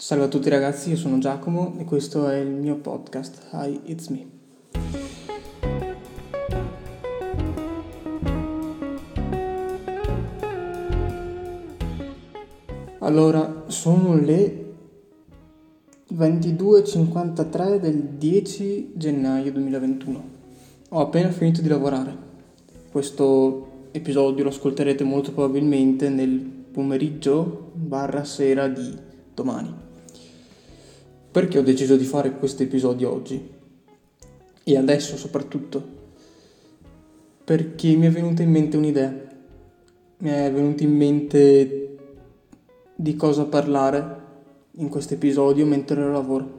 Salve a tutti ragazzi, io sono Giacomo e questo è il mio podcast. Hi, it's me. Allora, sono le 22:53 del 10 gennaio 2021. Ho appena finito di lavorare. Questo episodio lo ascolterete molto probabilmente nel pomeriggio / sera di domani. Perché ho deciso di fare questo episodio oggi? E adesso soprattutto? Perché mi è venuta in mente un'idea. Mi è venuta in mente di cosa parlare in questo episodio mentre lavoro.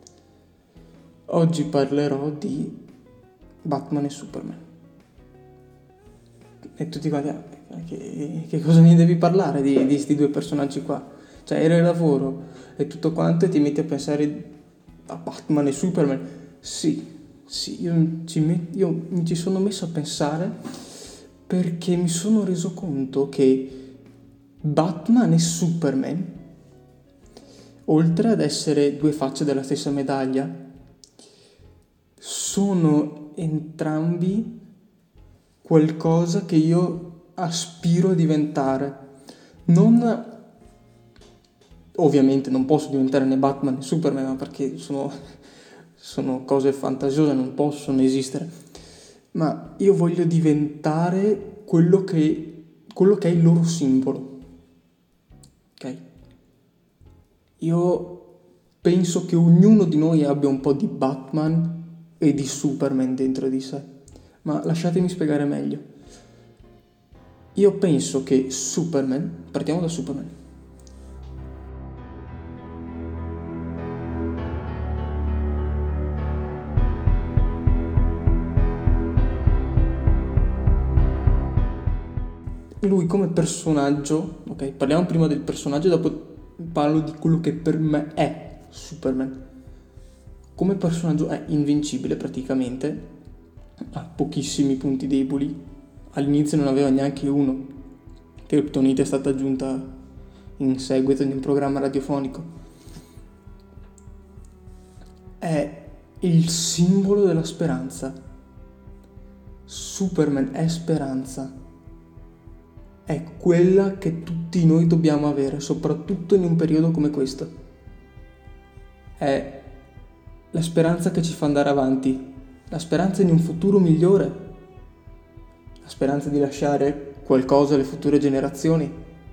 Oggi parlerò di Batman e Superman. E tutti quanti, che cosa mi devi parlare di questi due personaggi qua? Cioè, eri al lavoro e tutto quanto e ti metti a pensare a Batman e Superman. Sì, io mi ci sono messo a pensare perché mi sono reso conto che Batman e Superman, oltre ad essere due facce della stessa medaglia, sono entrambi qualcosa che io aspiro a diventare. Ovviamente non posso diventare né Batman né Superman, ma perché sono cose fantasiose, non possono esistere. Ma io voglio diventare quello che è il loro simbolo. Ok? Io penso che ognuno di noi abbia un po' di Batman e di Superman dentro di sé. Ma lasciatemi spiegare meglio. Io penso che Superman, partiamo da Superman. Lui come personaggio, ok, parliamo prima del personaggio e dopo parlo di quello che per me è Superman. Come personaggio è invincibile praticamente, ha pochissimi punti deboli, all'inizio non aveva neanche uno, Kryptonite è stata aggiunta in seguito di un programma radiofonico. È il simbolo della speranza. Superman è speranza. È quella che tutti noi dobbiamo avere, soprattutto in un periodo come questo. È la speranza che ci fa andare avanti, la speranza di un futuro migliore, la speranza di lasciare qualcosa alle future generazioni.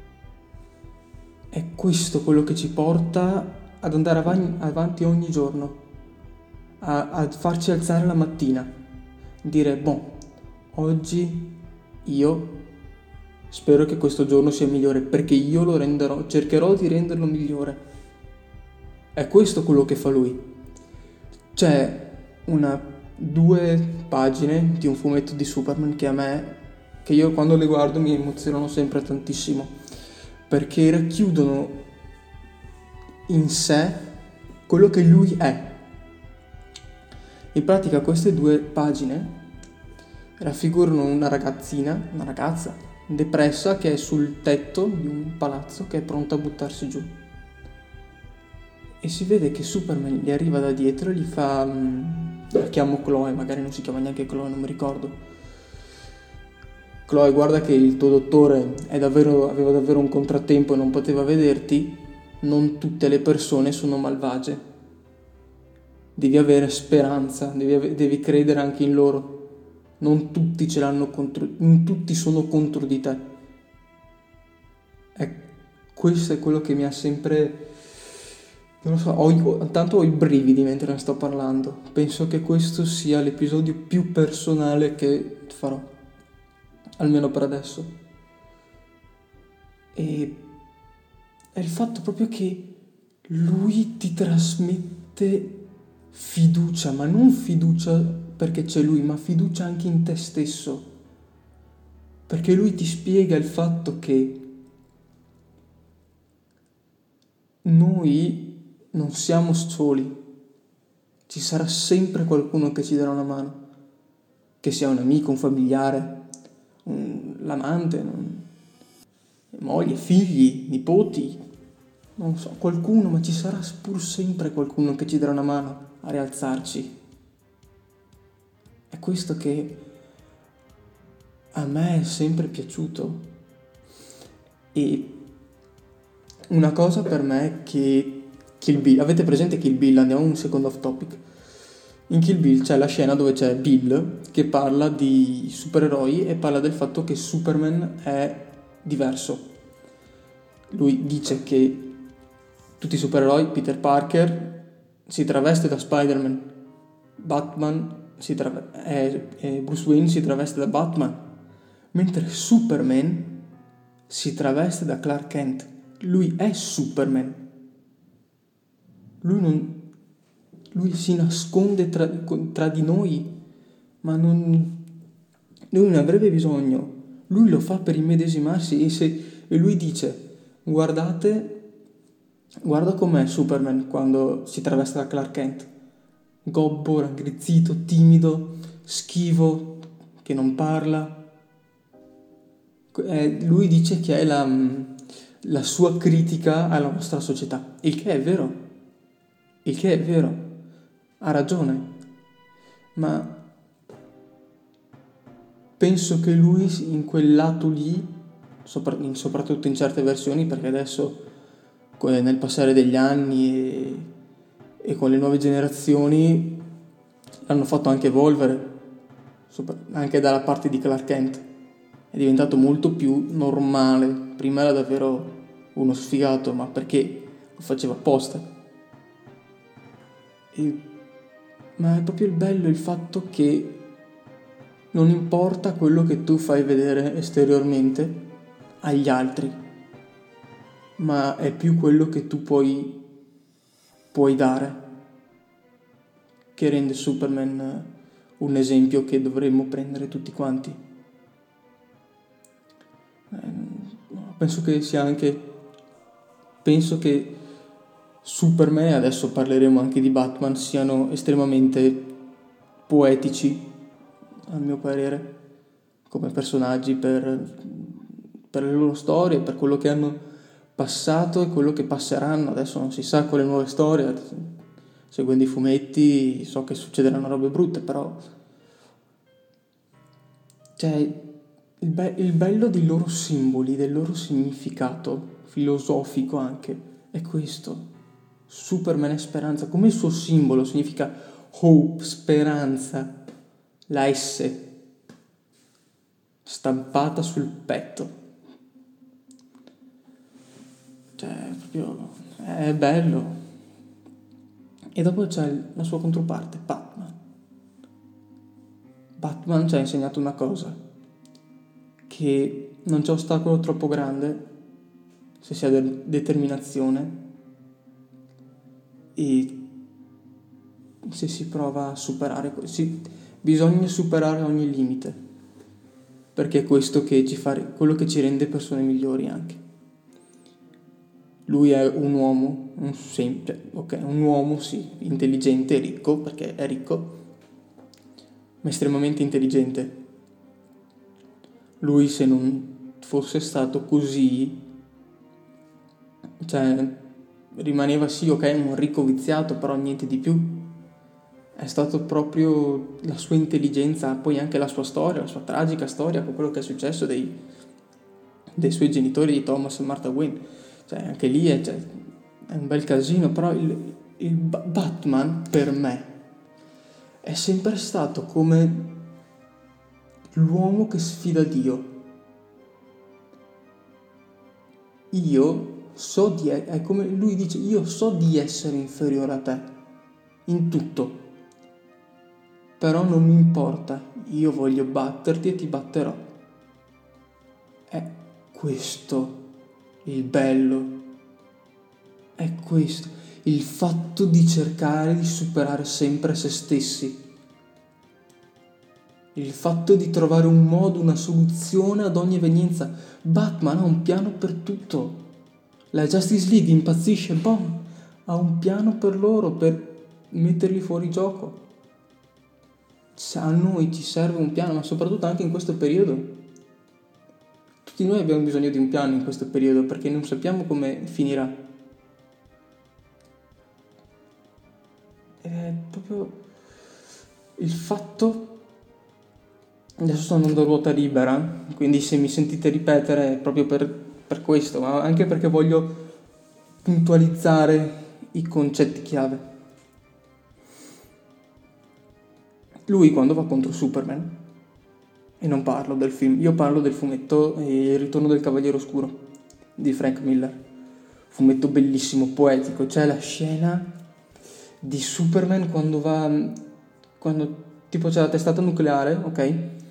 È questo quello che ci porta ad andare avanti ogni giorno, a farci alzare la mattina, dire, oggi io spero che questo giorno sia migliore, perché io cercherò di renderlo migliore. È questo quello che fa lui. C'è 2 pagine di un fumetto di Superman che io quando le guardo mi emozionano sempre tantissimo, perché racchiudono in sé quello che lui è. In pratica queste 2 pagine raffigurano una ragazza depressa che è sul tetto di un palazzo che è pronta a buttarsi giù. E si vede che Superman gli arriva da dietro e gli fa... la chiamo Chloe, magari non si chiama neanche Chloe, non mi ricordo. Chloe, guarda che il tuo dottore aveva davvero un contrattempo e non poteva vederti. Non tutte le persone sono malvagie. Devi avere speranza, devi credere anche in loro. Non tutti ce l'hanno non tutti sono contro di te. Questo è quello che mi ha sempre... non lo so, tanto ho i brividi mentre ne sto parlando. Penso che questo sia l'episodio più personale che farò, almeno per adesso. E è il fatto proprio che lui ti trasmette fiducia, ma non fiducia perché c'è lui, ma fiducia anche in te stesso. Perché lui ti spiega il fatto che noi non siamo soli, ci sarà sempre qualcuno che ci darà una mano, che sia un amico, un familiare, l'amante, moglie, figli, nipoti, non so, qualcuno, ma ci sarà pur sempre qualcuno che ci darà una mano a rialzarci. È questo che a me è sempre piaciuto. E una cosa per me è che Kill Bill, avete presente Kill Bill? Andiamo un secondo off topic. In Kill Bill c'è la scena dove c'è Bill che parla di supereroi e parla del fatto che Superman è diverso. Lui dice che tutti i supereroi, Peter Parker si traveste da Spider-Man, Batman e Bruce Wayne si traveste da Batman, mentre Superman si traveste da Clark Kent. Lui è Superman. Lui si nasconde tra di noi, ma lui non avrebbe bisogno. Lui lo fa per immedesimarsi e lui dice: guarda com'è Superman quando si traveste da Clark Kent. Gobbo, raggrizzito, timido, schivo, che non parla. Lui dice che è la sua critica alla nostra società, il che è vero, ha ragione, ma penso che lui in quel lato lì, soprattutto in certe versioni, perché adesso nel passare degli anni e con le nuove generazioni l'hanno fatto anche evolvere, anche dalla parte di Clark Kent, è diventato molto più normale. Prima era davvero uno sfigato, ma perché lo faceva apposta. Ma è proprio il bello il fatto che non importa quello che tu fai vedere esteriormente agli altri, ma è più quello che tu puoi dare che rende Superman un esempio che dovremmo prendere tutti quanti. Penso che Superman, adesso parleremo anche di Batman, siano estremamente poetici, al mio parere, come personaggi per le loro storie, per quello che hanno passato e quello che passeranno. Adesso non si sa con le nuove storie, seguendo i fumetti so che succederanno robe brutte, però cioè il bello dei loro simboli, del loro significato filosofico anche, è questo. Superman è speranza, come il suo simbolo significa hope, speranza, la S stampata sul petto. Cioè, proprio è bello. E dopo c'è la sua controparte, Batman. Batman ci ha insegnato una cosa, che non c'è ostacolo troppo grande se si ha determinazione e se si prova a superare, bisogna superare ogni limite, perché è questo che quello che ci rende persone migliori anche. Lui è un uomo, un uomo sì, intelligente e ricco, perché è ricco, ma estremamente intelligente. Lui, se non fosse stato così, cioè rimaneva sì, ok, un ricco viziato, però niente di più. È stato proprio la sua intelligenza, poi anche la sua storia, la sua tragica storia, con quello che è successo dei suoi genitori, di Thomas e Martha Wayne. Cioè anche lì è un bel casino, però il Batman per me è sempre stato come l'uomo che sfida Dio. È come lui dice, io so di essere inferiore a te in tutto, però non mi importa, io voglio batterti e ti batterò. È questo il bello, è questo, il fatto di cercare di superare sempre se stessi, il fatto di trovare un modo, una soluzione ad ogni evenienza. Batman ha un piano per tutto. La Justice League impazzisce, boom, ha un piano per loro, per metterli fuori gioco. A noi ci serve un piano, ma soprattutto anche in questo periodo. Tutti noi abbiamo bisogno di un piano in questo periodo, perché non sappiamo come finirà. è proprio il fatto. Adesso sto andando a ruota libera, quindi se mi sentite ripetere è proprio per questo, ma anche perché voglio puntualizzare i concetti chiave. Lui quando va contro Superman, e non parlo del film, io parlo del fumetto Il ritorno del Cavaliere Oscuro di Frank Miller, fumetto bellissimo, poetico. C'è la scena di Superman quando tipo c'è la testata nucleare, ok?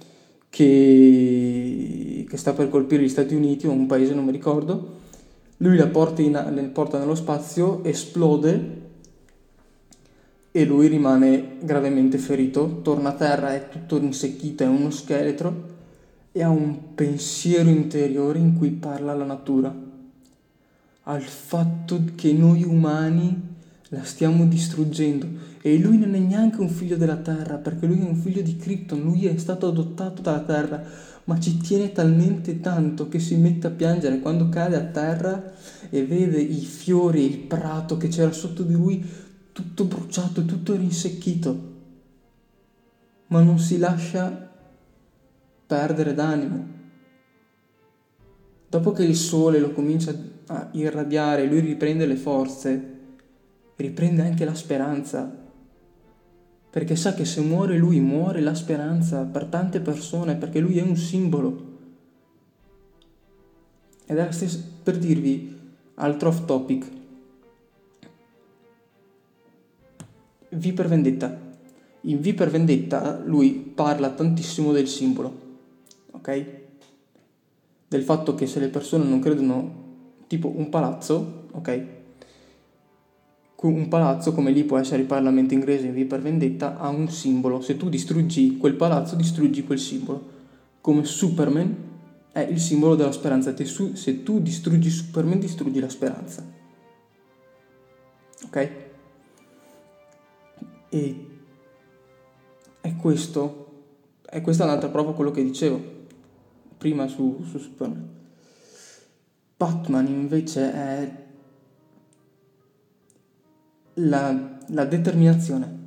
Che sta per colpire gli Stati Uniti o un paese, non mi ricordo. Lui la porta nello spazio, esplode e lui rimane gravemente ferito, torna a terra, è tutto rinsecchito, è uno scheletro e ha un pensiero interiore in cui parla alla natura, al fatto che noi umani la stiamo distruggendo e lui non è neanche un figlio della terra, perché lui è un figlio di Krypton, lui è stato adottato dalla terra, ma ci tiene talmente tanto che si mette a piangere quando cade a terra e vede i fiori e il prato che c'era sotto di lui tutto bruciato, tutto rinsecchito, ma non si lascia perdere d'animo. Dopo che il sole lo comincia a irradiare, lui riprende le forze, riprende anche la speranza, perché sa che se muore lui, muore la speranza per tante persone, perché lui è un simbolo. Ed è la stessa, per dirvi, altro off topic, V per Vendetta. In V per Vendetta lui parla tantissimo del simbolo, ok? Del fatto che se le persone non credono, tipo un palazzo, ok? Un palazzo, come lì può essere il Parlamento inglese in V per Vendetta, ha un simbolo. Se tu distruggi quel palazzo, distruggi quel simbolo. Come Superman è il simbolo della speranza. Se tu distruggi Superman, distruggi la speranza. Ok? E questa è un'altra prova quello che dicevo prima su Superman. Batman invece è la determinazione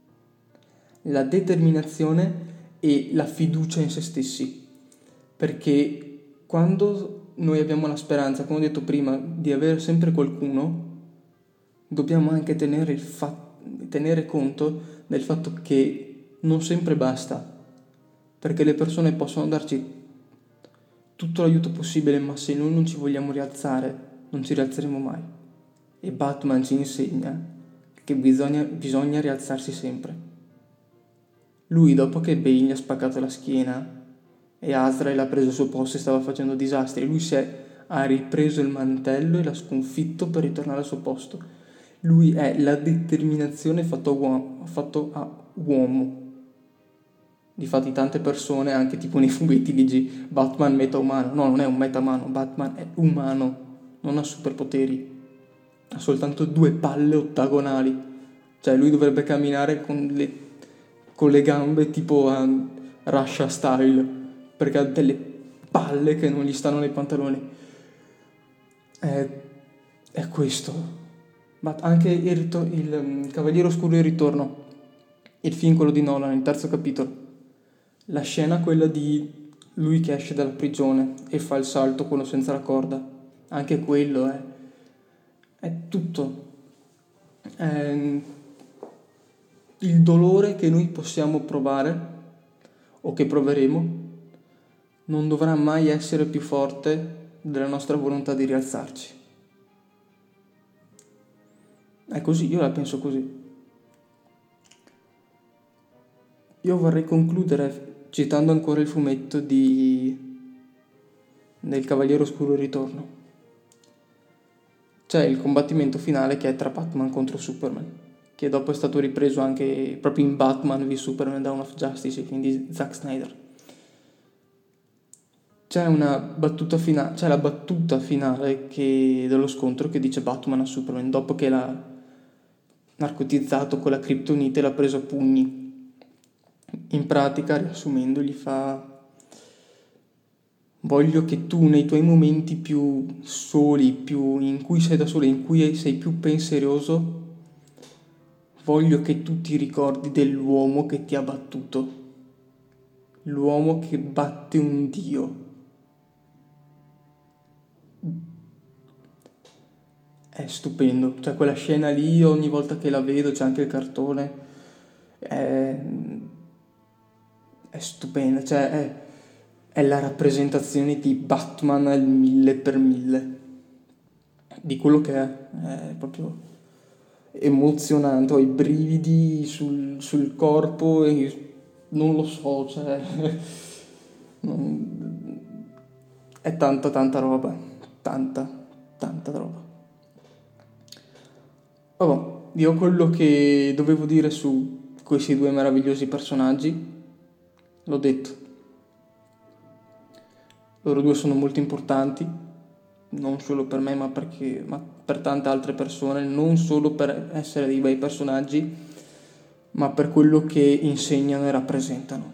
e la fiducia in se stessi, perché quando noi abbiamo la speranza, come ho detto prima, di avere sempre qualcuno, dobbiamo anche tenere conto del fatto che non sempre basta, perché le persone possono darci tutto l'aiuto possibile, ma se noi non ci vogliamo rialzare, non ci rialzeremo mai. E Batman ci insegna che bisogna rialzarsi sempre. Lui, dopo che Bane gli ha spaccato la schiena e Azrael ha preso il suo posto e stava facendo disastri, lui ha ripreso il mantello e l'ha sconfitto per ritornare al suo posto. Lui è la determinazione fatto a uomo. Difatti tante persone, anche tipo nei fumetti, dici Batman meta-umano. No, non è un meta-umano, Batman è umano, non ha superpoteri. Ha soltanto 2 palle ottagonali, cioè lui dovrebbe camminare con le gambe tipo a Russia style, perché ha delle palle che non gli stanno nei pantaloni. È questo. Ma anche il Cavaliere Oscuro il Ritorno, il film quello di Nolan, il 3° capitolo, la scena quella di lui che esce dalla prigione e fa il salto, quello senza la corda, anche quello è tutto. Il dolore che noi possiamo provare o che proveremo non dovrà mai essere più forte della nostra volontà di rialzarci. È così, io la penso così. Io vorrei concludere citando ancora il fumetto del Cavaliere Oscuro Ritorno. C'è il combattimento finale che è tra Batman contro Superman, che dopo è stato ripreso anche proprio in Batman v Superman Dawn of Justice, quindi Zack Snyder. C'è la battuta finale dello scontro che dice Batman a Superman, dopo che l'ha narcotizzato con la kriptonite e l'ha preso a pugni. In pratica, riassumendo, gli fa: voglio che tu nei tuoi momenti più soli, più in cui sei da solo, in cui sei più pensieroso, voglio che tu ti ricordi dell'uomo che ti ha battuto, l'uomo che batte un dio. È stupendo, cioè quella scena lì ogni volta che la vedo, c'è anche il cartone, è, è stupenda, cioè è la rappresentazione di Batman al 1000 per 1000, di quello che è proprio emozionante, ho i brividi sul corpo e non lo so, cioè è tanta roba, tanta roba. Vabbè, io quello che dovevo dire su questi due meravigliosi personaggi l'ho detto. Loro due sono molto importanti, non solo per me, ma per tante altre persone, non solo per essere dei bei personaggi, ma per quello che insegnano e rappresentano.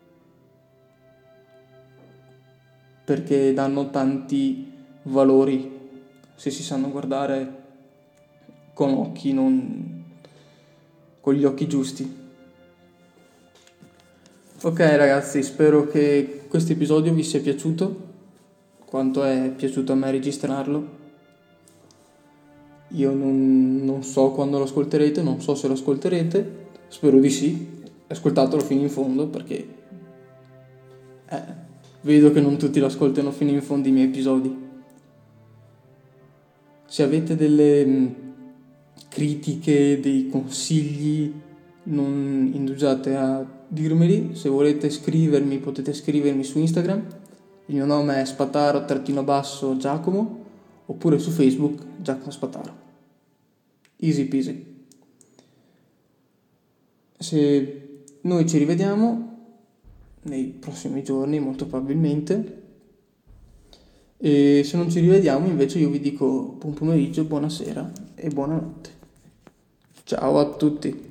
Perché danno tanti valori se si sanno guardare con occhi non con gli occhi giusti. Ok ragazzi, spero che questo episodio vi sia piaciuto quanto è piaciuto a me registrarlo. Io non so quando lo ascolterete, non so se lo ascolterete, spero di sì, ascoltatelo fino in fondo perché vedo che non tutti lo ascoltano fino in fondo i miei episodi. Se avete delle critiche, dei consigli, non indugiate a dirmeli. Se volete scrivermi, potete scrivermi su Instagram. Il mio nome è Spataro_Giacomo, oppure su Facebook Giacomo Spataro. Easy peasy. Se noi ci rivediamo nei prossimi giorni, molto probabilmente. E se non ci rivediamo, invece, io vi dico buon pomeriggio, buonasera e buonanotte. Ciao a tutti.